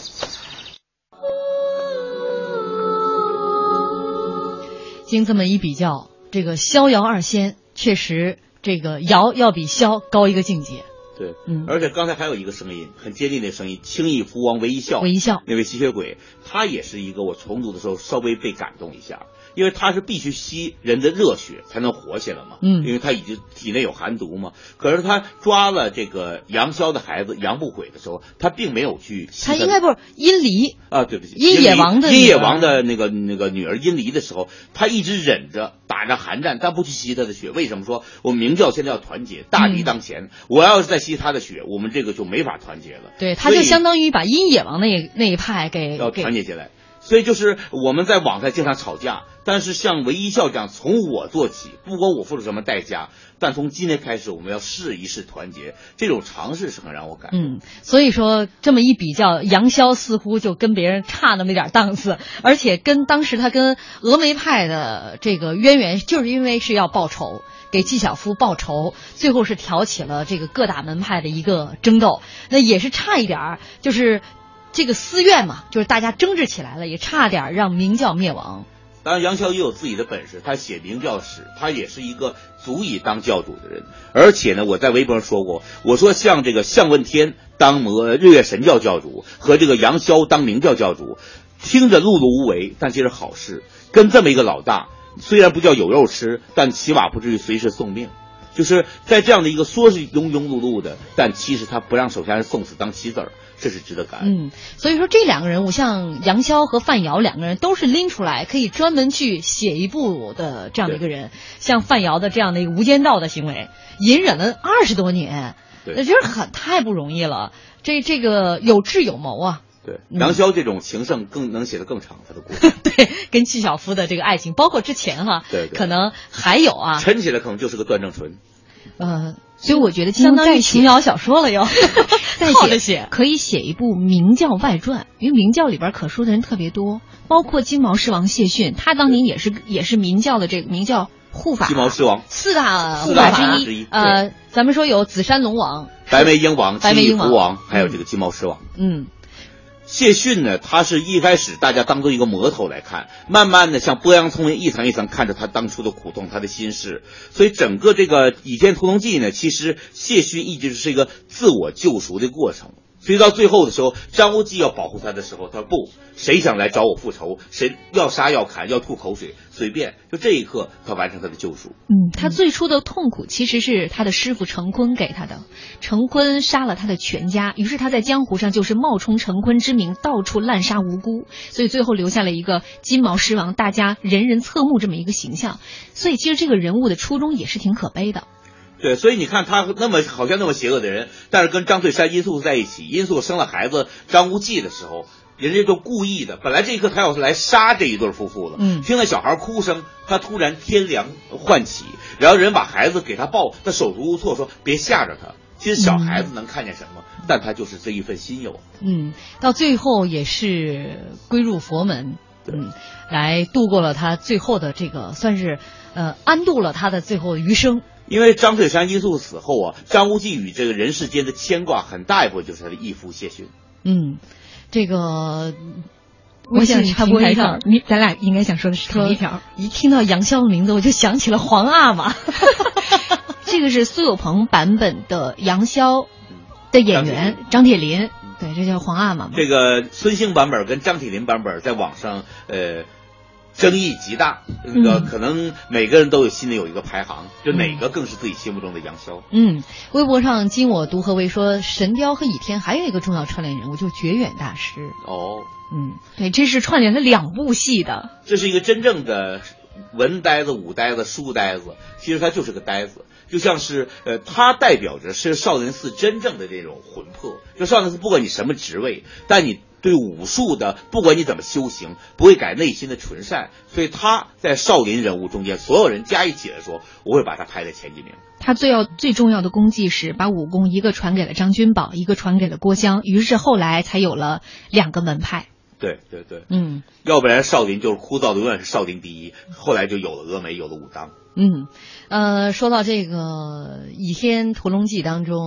[SPEAKER 2] 经这么一比较，这个萧姚二仙确实这个姚要比萧高一个境界。
[SPEAKER 5] 对，而且刚才还有一个声音，很坚定的声音，轻易福王韦一笑，那位吸血鬼，他也是一个我重读的时候稍微被感动一下，因为他是必须吸人的热血才能活下来嘛，因为他已经体内有寒毒嘛。可是他抓了这个杨逍的孩子杨不悔的时候，他并没有去吸
[SPEAKER 2] 他应该不是殷离
[SPEAKER 5] 啊，对不起，
[SPEAKER 2] 殷野王的
[SPEAKER 5] 那个女儿殷离的时候，他一直忍着打着寒战，但不去吸他的血。为什么说我们明教现在要团结，大敌当前，我要是再吸他的血，我们这个就没法团结了。
[SPEAKER 2] 对，他就相当于把殷野王那一派给
[SPEAKER 5] 要团结起来。所以就是我们在网上经常吵架，但是像韦一笑这样从我做起，不管我付出什么代价，但从今天开始我们要试一试团结，这种尝试是很让我感动。
[SPEAKER 2] 所以说这么一比较，杨逍似乎就跟别人差那么一点档次，而且跟当时他跟峨眉派的这个渊源，就是因为是要报仇，给纪晓夫报仇，最后是挑起了这个各大门派的一个争斗，那也是差一点就是这个私怨嘛，就是大家争执起来了，也差点让明教灭亡。
[SPEAKER 5] 当然杨逍也有自己的本事，他写明教史，他也是一个足以当教主的人。而且呢，我在微博上说过，我说像这个项问天当日月神教教主和这个杨逍当明教教主，听着碌碌无为，但其实好事。跟这么一个老大，虽然不叫有肉吃，但起码不至于随时送命。就是在这样的一个说是庸庸碌碌的，但其实他不让手下人送死当棋子儿，这是值得感恩。
[SPEAKER 2] 所以说这两个人物，像杨逍和范瑶两个人都是拎出来可以专门去写一部的这样的一个人。像范瑶的这样的一个无间道的行为，隐忍了20多年，那觉得太不容易了。这个有智有谋啊。
[SPEAKER 5] 对，杨逍这种情圣更能写得更长，他的故事。
[SPEAKER 2] 对，跟纪晓夫的这个爱情，包括之前
[SPEAKER 5] 对，
[SPEAKER 2] 可能还有啊，
[SPEAKER 5] 抻起来可能就是个段正淳。
[SPEAKER 4] 所以我觉得
[SPEAKER 2] 相当于琼瑶小说了哟，
[SPEAKER 4] 再写可以写一部明教外传，因为明教里边可说的人特别多，包括金毛狮王谢逊，他当年也是明教的这个明教护法，
[SPEAKER 5] 金毛狮王
[SPEAKER 2] 四大护法之一。咱们说有紫山龙王、
[SPEAKER 5] 白眉鹰王、青翼蝠王，还有这个金毛狮王。谢逊呢，他是一开始大家当做一个魔头来看，慢慢的像剥洋葱一层一层看着他当初的苦痛，他的心事。所以整个这个《倚天屠龙记》呢，其实谢逊一直是一个自我救赎的过程。所以到最后的时候，张无忌要保护他的时候，他不，谁想来找我复仇，谁要杀要砍要吐口水，随便，就这一刻他完成他的救赎。
[SPEAKER 4] 他最初的痛苦其实是他的师傅成昆给他的，成昆杀了他的全家，于是他在江湖上就是冒充成昆之名，到处滥杀无辜，所以最后留下了一个金毛狮王，大家人人侧目这么一个形象。所以其实这个人物的初衷也是挺可悲的。
[SPEAKER 5] 对，所以你看他好像那么邪恶的人，但是跟张翠山、殷素在一起，殷素生了孩子张无忌的时候，人家就故意的，本来这一刻他要是来杀这一对夫妇了，听到小孩哭声，他突然天良唤起，然后人把孩子给他抱，他手足无措，说别吓着他。其实小孩子能看见什么，但他就是这一份心有。
[SPEAKER 2] 到最后也是归入佛门，来度过了他最后的这个，算是安度了他的最后的余生。
[SPEAKER 5] 因为张翠山、殷素死后啊，张无忌与这个人世间的牵挂很大一部分就是他的义父谢逊。
[SPEAKER 2] 这个
[SPEAKER 4] 我想插播一条，咱俩应该想说的是同一条。
[SPEAKER 2] 一听到杨逍的名字，我就想起了皇阿玛。
[SPEAKER 4] 这个是苏有朋版本的杨逍的演员张铁林，对，这叫皇阿玛嘛。
[SPEAKER 5] 这个孙兴版本跟张铁林版本在网上争议极大，可能每个人都心里有一个排行，就哪个更是自己心目中的杨逍。
[SPEAKER 2] 微博上今我读何为说，神雕和倚天还有一个重要串联人物，就是绝远大师。
[SPEAKER 4] 对，这是串联了2部戏的。
[SPEAKER 5] 这是一个真正的文呆子、武呆子、书呆子，其实他就是个呆子，就像是他代表着是少林寺真正的这种魂魄。就少林寺不管你什么职位，但你对武术的，不管你怎么修行，不会改内心的纯善，所以他在少林人物中间，所有人加一起来说，我会把他排在前几名。
[SPEAKER 4] 他最重要的功绩是把武功一个传给了张君宝，一个传给了郭襄，于是后来才有了2个门派。
[SPEAKER 5] 对，要不然少林就是枯燥的，永远是少林第一。后来就有了峨眉，有了武当。
[SPEAKER 2] 说到这个《倚天屠龙记》当中，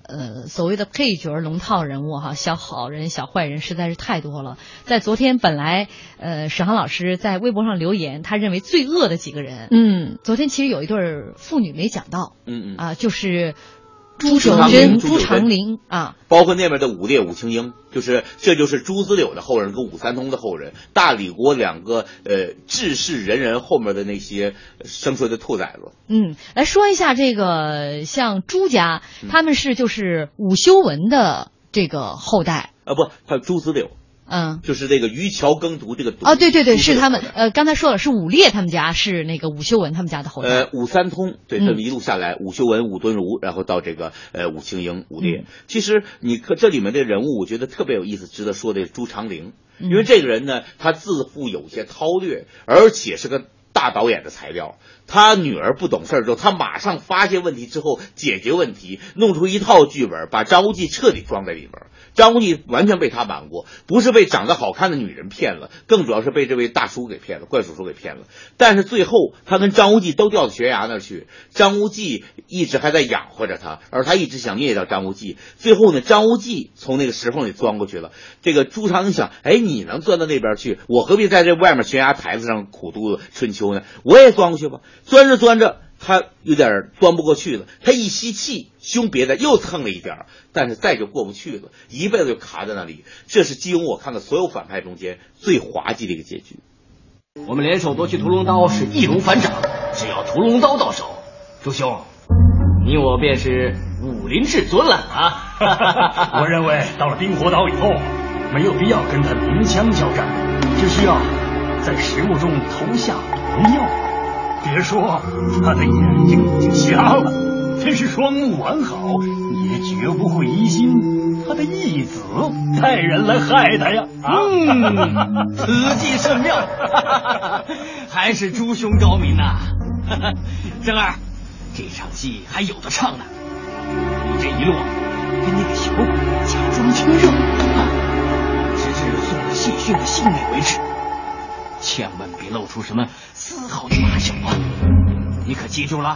[SPEAKER 2] 所谓的配角龙套人物哈，小好人、小坏人实在是太多了。在昨天本来史航老师在微博上留言，他认为最恶的几个人，昨天其实有一对父女没讲到，就是朱守贞、朱长龄啊，
[SPEAKER 5] 包括那边的武烈、武青英，这就是朱子柳的后人跟武三通的后人，大理国两个治世仁人后面的那些生出来的兔崽子。
[SPEAKER 2] 来说一下这个，像朱家，他们是就是武修文的这个后代
[SPEAKER 5] 不，还有朱子柳。就是这个渔樵耕读这个
[SPEAKER 2] 对，是他们刚才说了，是武烈他们家是那个武修文他们家的后代。
[SPEAKER 5] 武三通对，这么一路下来，武修文、武敦儒，然后到这个武青英、武烈。其实你看这里面的人物，我觉得特别有意思，值得说的朱长龄，因为这个人呢，他自负有些韬略，而且是个大导演的材料。他女儿不懂事之后，他马上发现问题之后解决问题，弄出一套剧本，把张无忌彻底装在里边。张无忌完全被他瞒过，不是被长得好看的女人骗了，更主要是被这位大叔给骗了，怪叔叔给骗了。但是最后他跟张无忌都掉到悬崖那儿去，张无忌一直还在养活着他，而他一直想灭掉张无忌。最后呢，张无忌从那个石缝里钻过去了。这个朱长龄想，你能钻到那边去，我何必在这外面悬崖台子上苦度春秋呢？我也钻过去吧。钻着钻着，他有点钻不过去了，他一吸气，胸别的又蹭了一点，但是再就过不去了，一辈子就卡在那里。这是金庸我看的所有反派中间最滑稽的一个结局。
[SPEAKER 13] 我们联手夺取屠龙刀是易如反掌，只要屠龙刀到手，朱兄，你我便是武林至尊了啊！
[SPEAKER 14] 我认为到了冰火岛以后，没有必要跟他明枪交战，只需要在食物中投下毒药。别说他的眼睛已经瞎了，真是双目完好，也绝不会疑心他的义子派人来害他呀！
[SPEAKER 13] 此计甚妙，还是朱兄高明呐！正儿，这场戏还有的唱呢。你这一路跟那个小鬼假装亲热，直至送了谢逊的性命为止，千万别露出什么丝毫的马脚啊！你可记住了？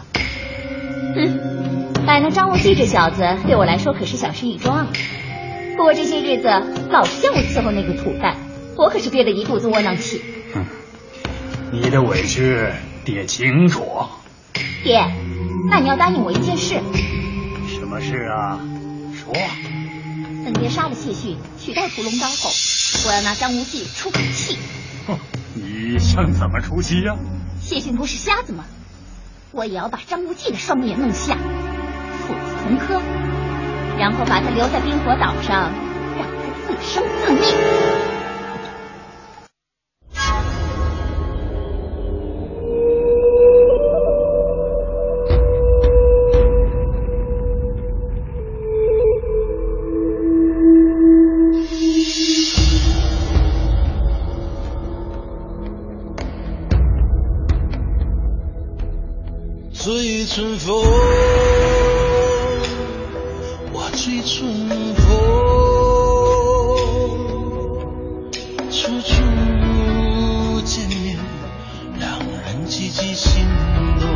[SPEAKER 15] 摆弄张无忌这小子对我来说可是小事一桩。不过这些日子老是叫我伺候那个土蛋，我可是憋得一肚子窝囊气。
[SPEAKER 14] 你的委屈爹清楚。
[SPEAKER 15] 爹，那你要答应我一件事。
[SPEAKER 14] 什么事啊？说。
[SPEAKER 15] 等爹杀了谢逊，取代屠龙刀后，我要拿张无忌出口气。
[SPEAKER 14] 你想怎么出气呀？
[SPEAKER 15] 谢逊不是瞎子吗？我也要把张无忌的双眼弄瞎，父子同科，然后把他留在冰火岛上，让他自生自灭。
[SPEAKER 3] 追春风，我追春风，处处见面，让人激起心动。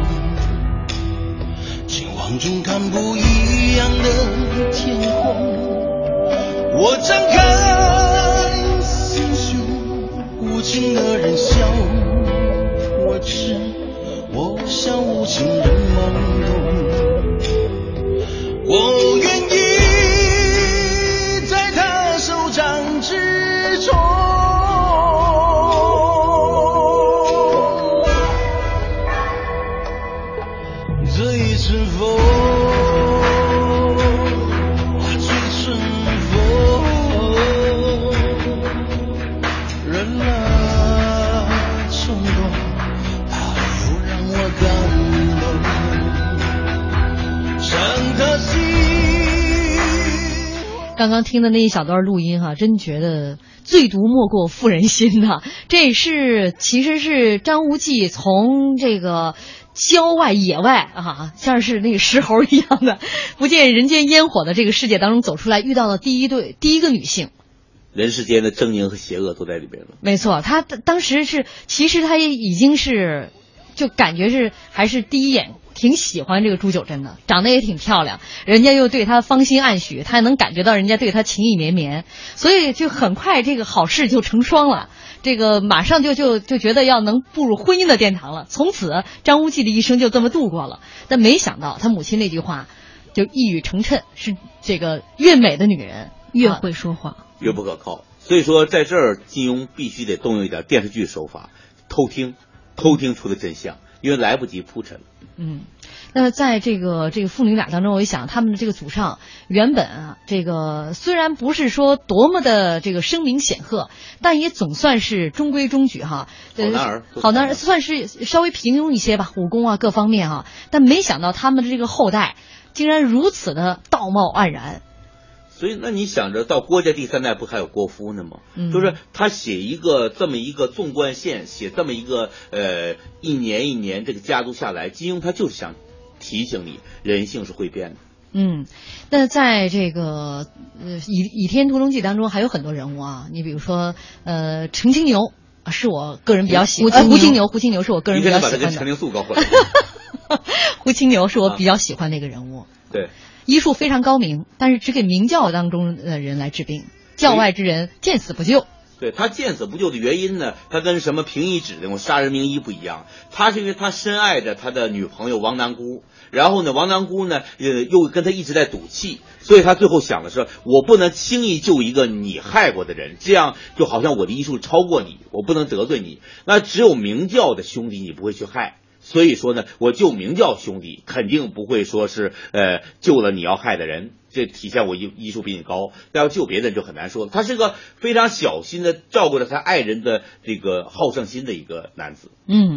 [SPEAKER 3] 情网中看不一样的天空，我张开心胸，无情的人笑我痴。我像无情人懵懂，我愿意在他手掌之中，这一春风，我追春风，人啊冲动。
[SPEAKER 2] 刚刚听的那一小段录音真觉得最毒莫过妇人心呐！这其实是张无忌从这个郊外野外像是那个石猴一样的不见人间烟火的这个世界当中走出来，遇到的第一个女性。
[SPEAKER 5] 人世间的狰狞和邪恶都在里边了。
[SPEAKER 2] 没错，他当时其实他也已经是，就感觉是还是第一眼挺喜欢这个朱九真的，长得也挺漂亮，人家又对他芳心暗许，他能感觉到人家对他情意绵绵，所以就很快这个好事就成双了。这个马上就觉得要能步入婚姻的殿堂了，从此张无忌的一生就这么度过了。但没想到他母亲那句话就一语成谶，是这个越美的女人
[SPEAKER 4] 越会说谎，
[SPEAKER 5] 越不可靠。所以说在这儿金庸必须得动用一点电视剧手法，偷听出的真相，因为来不及铺陈。
[SPEAKER 2] 那在这个父女俩当中，我一想他们的这个祖上原本啊，这个虽然不是说多么的这个声名显赫，但也总算是中规中矩哈。好男儿算是稍微平庸一些吧，武功啊各方面啊，但没想到他们的这个后代竟然如此的道貌岸然。
[SPEAKER 5] 所以那你想着到郭家第3代不还有郭芙呢吗？就是他写这么一个纵贯线，写这么一个一年一年这个家族下来，金庸他就是想提醒你人性是会变的。
[SPEAKER 2] 那在这个倚天屠龙记当中还有很多人物啊，你比如说程青牛是我个人比较喜欢，胡青牛是我个人比较喜欢的。
[SPEAKER 5] 你把他跟陈灵素搞混了。
[SPEAKER 2] 胡青牛是我比较喜欢的一个人物。
[SPEAKER 5] 对。
[SPEAKER 2] 医术非常高明，但是只给明教当中的人来治病，教外之人见死不救。
[SPEAKER 5] 对，他见死不救的原因呢，他跟什么平易指那种杀人名医不一样，他是因为他深爱着他的女朋友王南姑，然后呢王南姑呢又跟他一直在赌气，所以他最后想的是我不能轻易救一个你害过的人，这样就好像我的医术超过你，我不能得罪你，那只有明教的兄弟你不会去害，所以说呢我救明教兄弟肯定不会说是救了你要害的人，这体现我医术比你高，但要救别人就很难说了。他是个非常小心的照顾着他爱人的这个好胜心的一个男子。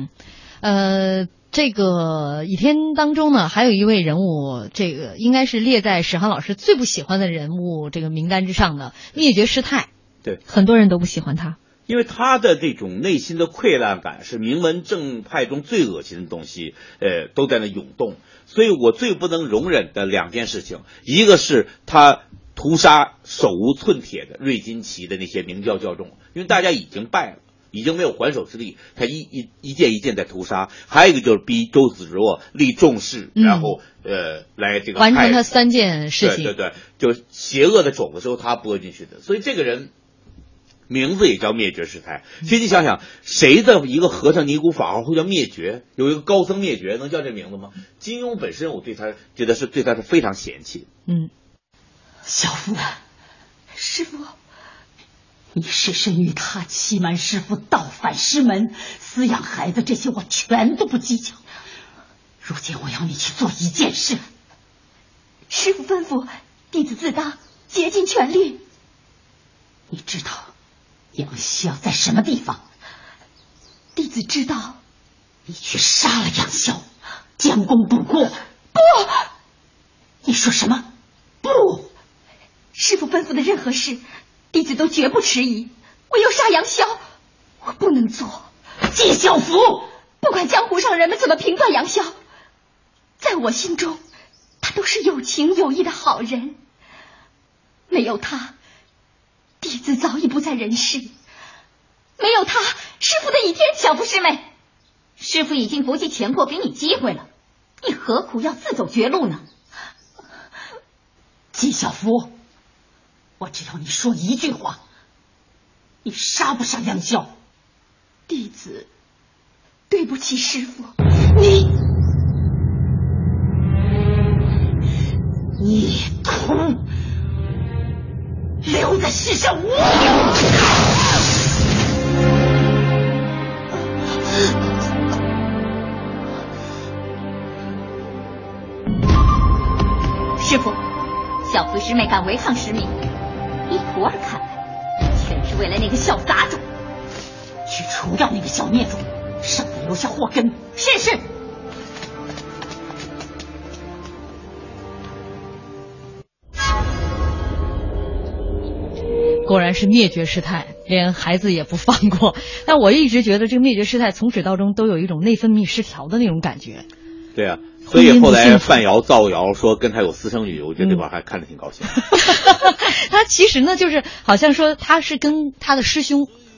[SPEAKER 2] 这个倚天当中呢，还有一位人物，这个应该是列在史航老师最不喜欢的人物这个名单之上的灭绝师太。
[SPEAKER 5] 对，
[SPEAKER 4] 很多人都不喜欢他。
[SPEAKER 5] 因为他的这种内心的溃烂感是名门正派中最恶心的东西，都在那涌动。所以我最不能容忍的2件事情，一个是他屠杀手无寸铁的瑞金旗的那些明教教众，因为大家已经败了，已经没有还手之力，他一件一件在屠杀。还有一个就是逼周芷若立重誓，然后来这个
[SPEAKER 2] 完成他3件事情。
[SPEAKER 5] 对，就邪恶的种子是由他播进去的，所以这个人名字也叫灭绝师太。其实你想想，谁的一个和尚尼姑法号会叫灭绝？有一个高僧灭绝能叫这名字吗？金庸本身我对他觉得是对他是非常嫌弃。
[SPEAKER 16] 小夫，师父，你是身于他，欺瞒师父，倒反师门，饲养孩子，这些我全都不计较。如今我要你去做一件事。
[SPEAKER 15] 师父吩咐，弟子自当竭尽全力。
[SPEAKER 16] 你知道杨逍在什么地方？
[SPEAKER 15] 弟子知道。
[SPEAKER 16] 你去杀了杨逍，将功补过。
[SPEAKER 15] 不！
[SPEAKER 16] 你说什么？不！
[SPEAKER 15] 师父吩咐的任何事，弟子都绝不迟疑。唯有杀杨逍，我不能做。
[SPEAKER 16] 纪晓芙，
[SPEAKER 15] 不管江湖上人们怎么评断杨逍，在我心中，他都是有情有义的好人。没有他，弟子早已不在人世。没有他，师父的倚天。
[SPEAKER 7] 小夫师妹，师父已经不计前过给你机会了，你何苦要自走绝路呢？
[SPEAKER 16] 纪晓芙，我只要你说一句话，你杀不杀杨逍？
[SPEAKER 15] 弟子对不起师父。
[SPEAKER 16] 你空留在世上无用。
[SPEAKER 7] 师父，小夫师妹敢违抗师命，依徒儿看来，全是为了那个小杂种。
[SPEAKER 16] 去除掉那个小孽种，省得留下祸根。
[SPEAKER 7] 是。
[SPEAKER 2] 果然是灭绝师太，连孩子也不放过。但我一直觉得这个灭绝师太从始到终都有一种内分泌失调的那种感觉。
[SPEAKER 5] 对啊，所以后来范瑶造谣说跟他有私生女，我觉得这块还看着挺高兴。
[SPEAKER 2] 他其实呢，就是好像说他是跟他的师兄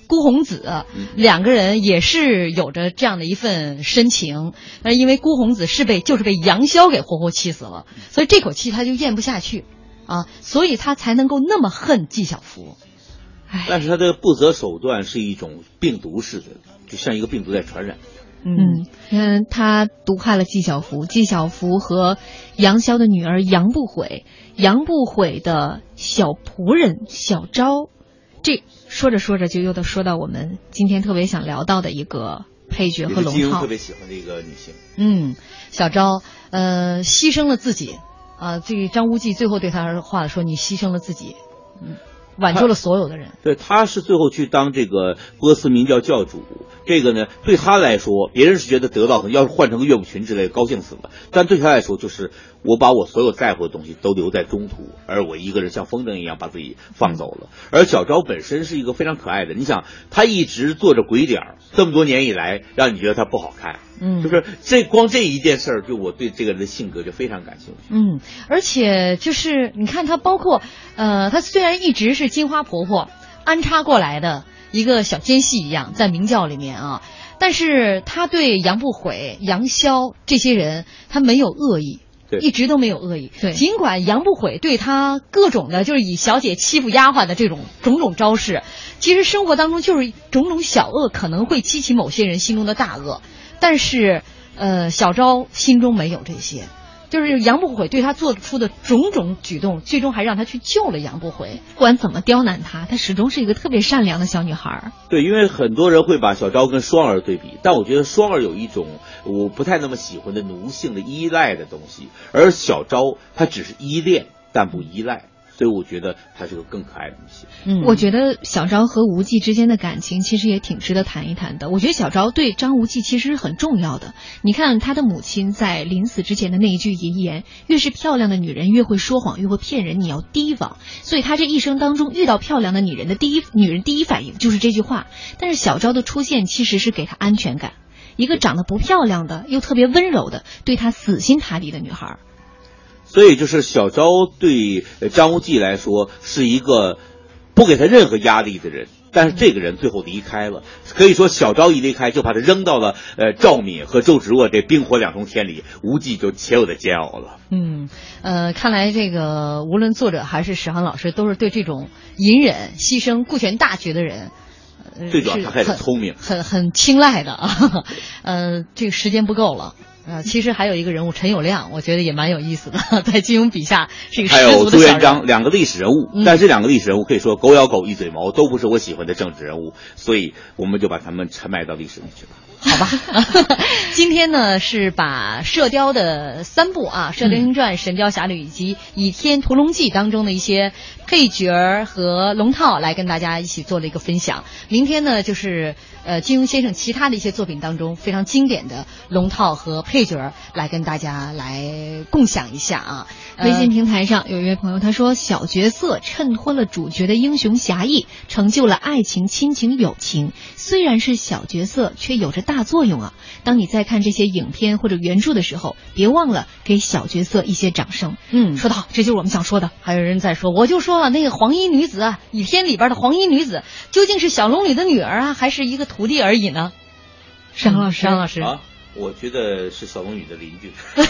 [SPEAKER 2] 辜鸿子，两个人也是有着这样的一份深情。因为辜鸿子就是被杨逍给活活气死了，所以这口气他就咽不下去啊，所以他才能够那么恨纪晓芙。
[SPEAKER 5] 但是他的不择手段是一种病毒式的，就像一个病毒在传染。
[SPEAKER 4] 他毒害了纪晓芙，纪晓芙和杨逍的女儿杨不悔，杨不悔的小仆人小昭，这说着说着就又都说到我们今天特别想聊到的一个配角和龙套。
[SPEAKER 5] 金庸特别喜欢的一个女性。
[SPEAKER 2] 小昭牺牲了自己啊，这个张无忌最后对他话说：“你牺牲了自己。”挽救了所有的人。
[SPEAKER 5] 对，他是最后去当这个波斯明教教主。这个呢，对他来说，别人是觉得得到，可能要是换成个岳不群之类的，高兴死了。但对他来说，就是我把我所有在乎的东西都留在中途，而我一个人像风筝一样把自己放走了。而小昭本身是一个非常可爱的，你想，他一直做着鬼脸，这么多年以来，让你觉得他不好看。就是光这一件事儿，就我对这个人的性格就非常感兴趣。
[SPEAKER 2] 而且就是你看他，包括他虽然一直是金花婆婆安插过来的一个小奸细一样，在明教里面啊，但是他对杨不悔、杨逍这些人，他没有恶意。一直都没有恶意。
[SPEAKER 4] 对，
[SPEAKER 2] 尽管杨不悔对他各种的，就是以小姐欺负丫鬟的这种种种招式，其实生活当中就是种种小恶，可能会激起某些人心中的大恶。但是，小昭心中没有这些，就是杨不悔对他做出的种种举动，最终还让他去救了杨不悔。
[SPEAKER 4] 不管怎么刁难他，她始终是一个特别善良的小女孩。
[SPEAKER 5] 对，因为很多人会把小昭跟双儿对比，但我觉得双儿有一种我不太那么喜欢的奴性的依赖的东西，而小昭她只是依恋但不依赖。所以我觉得她是个更可爱的女性。
[SPEAKER 4] 我觉得小昭和无忌之间的感情其实也挺值得谈一谈的。我觉得小昭对张无忌其实是很重要的。你看他的母亲在临死之前的那一句遗言，越是漂亮的女人越会说谎，越会骗人，你要提防。所以他这一生当中遇到漂亮的女人第一反应就是这句话。但是小昭的出现其实是给他安全感，一个长得不漂亮的又特别温柔的对他死心塌地的女孩。
[SPEAKER 5] 所以就是小昭对张无忌来说是一个不给他任何压力的人，但是这个人最后离开了，可以说小昭一离开就把他扔到了赵敏和周芷若这冰火两重天里，无忌就且有的煎熬了。
[SPEAKER 2] 看来这个无论作者还是史航老师都是对这种隐忍牺牲顾全大局的人
[SPEAKER 5] 最主要他还是聪明，
[SPEAKER 2] 很青睐的啊。这个时间不够了。其实还有一个人物陈友谅，我觉得也蛮有意思的，在金庸笔下是一个十足的小人。还有
[SPEAKER 5] 朱元璋，两个历史人物，但这两个历史人物可以说狗咬狗一嘴毛，都不是我喜欢的政治人物，所以我们就把他们沉埋到历史里去了。
[SPEAKER 2] 好吧，今天呢是把射雕的3部啊，《射雕英雄传》、《神雕侠侣》以及《倚天屠龙记》当中的一些配角和龙套来跟大家一起做了一个分享。明天呢就是金庸先生其他的一些作品当中非常经典的龙套和配角来跟大家来共享一下啊。
[SPEAKER 4] 微信平台上有一位朋友他说，小角色衬托了主角的英雄侠义，成就了爱情、亲情、友情。虽然是小角色，却有着大作用啊！当你在看这些影片或者原著的时候，别忘了给小角色一些掌声。说得好，这就是我们想说的。
[SPEAKER 2] 还有人在说，我就说了，那个黄衣女子啊，倚天里边的黄衣女子，究竟是小龙女的女儿啊，还是一个徒弟而已呢？
[SPEAKER 4] 张老师，
[SPEAKER 5] 啊，我觉得是小龙女的邻居。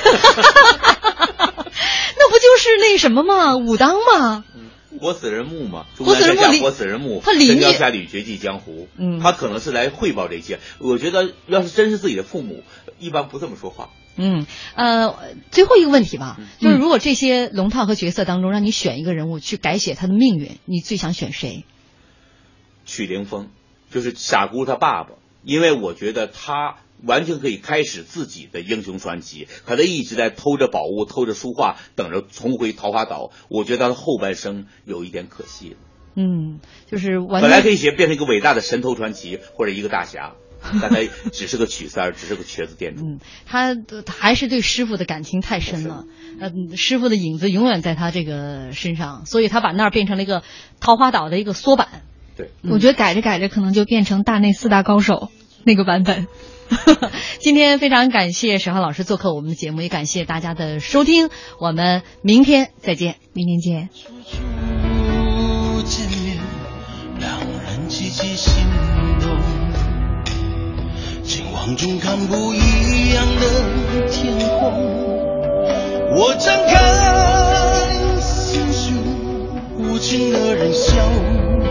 [SPEAKER 2] 那不就是那什么吗？武当吗？
[SPEAKER 5] 活死人墓嘛，中南山下活死人墓，神雕侠侣绝迹江湖。他可能是来汇报这些。我觉得要是真是自己的父母，一般不这么说话。
[SPEAKER 2] 最后一个问题吧，就是如果这些龙套和角色当中让你选一个人物去改写他的命运，你最想选谁？
[SPEAKER 5] 曲凌风，就是傻姑他爸爸，因为我觉得他完全可以开始自己的英雄传奇，可他一直在偷着宝物、偷着书画，等着重回桃花岛。我觉得他的后半生有一点可惜了。
[SPEAKER 2] 就是本
[SPEAKER 5] 来可以变成一个伟大的神偷传奇或者一个大侠，但他只是个曲三，只是个瘸子店主。
[SPEAKER 2] 他还是对师傅的感情太深了，师傅的影子永远在他这个身上，所以他把那儿变成了一个桃花岛的一个缩版。
[SPEAKER 5] 对，
[SPEAKER 4] 我觉得改着改着可能就变成大内4大高手那个版本。
[SPEAKER 2] 今天非常感谢史航老师做客我们的节目，也感谢大家的收听，我们明天再见。
[SPEAKER 4] 明天见。
[SPEAKER 3] 见面，两人积极心望中看不一样的天空，我张开心胸，无情的人笑。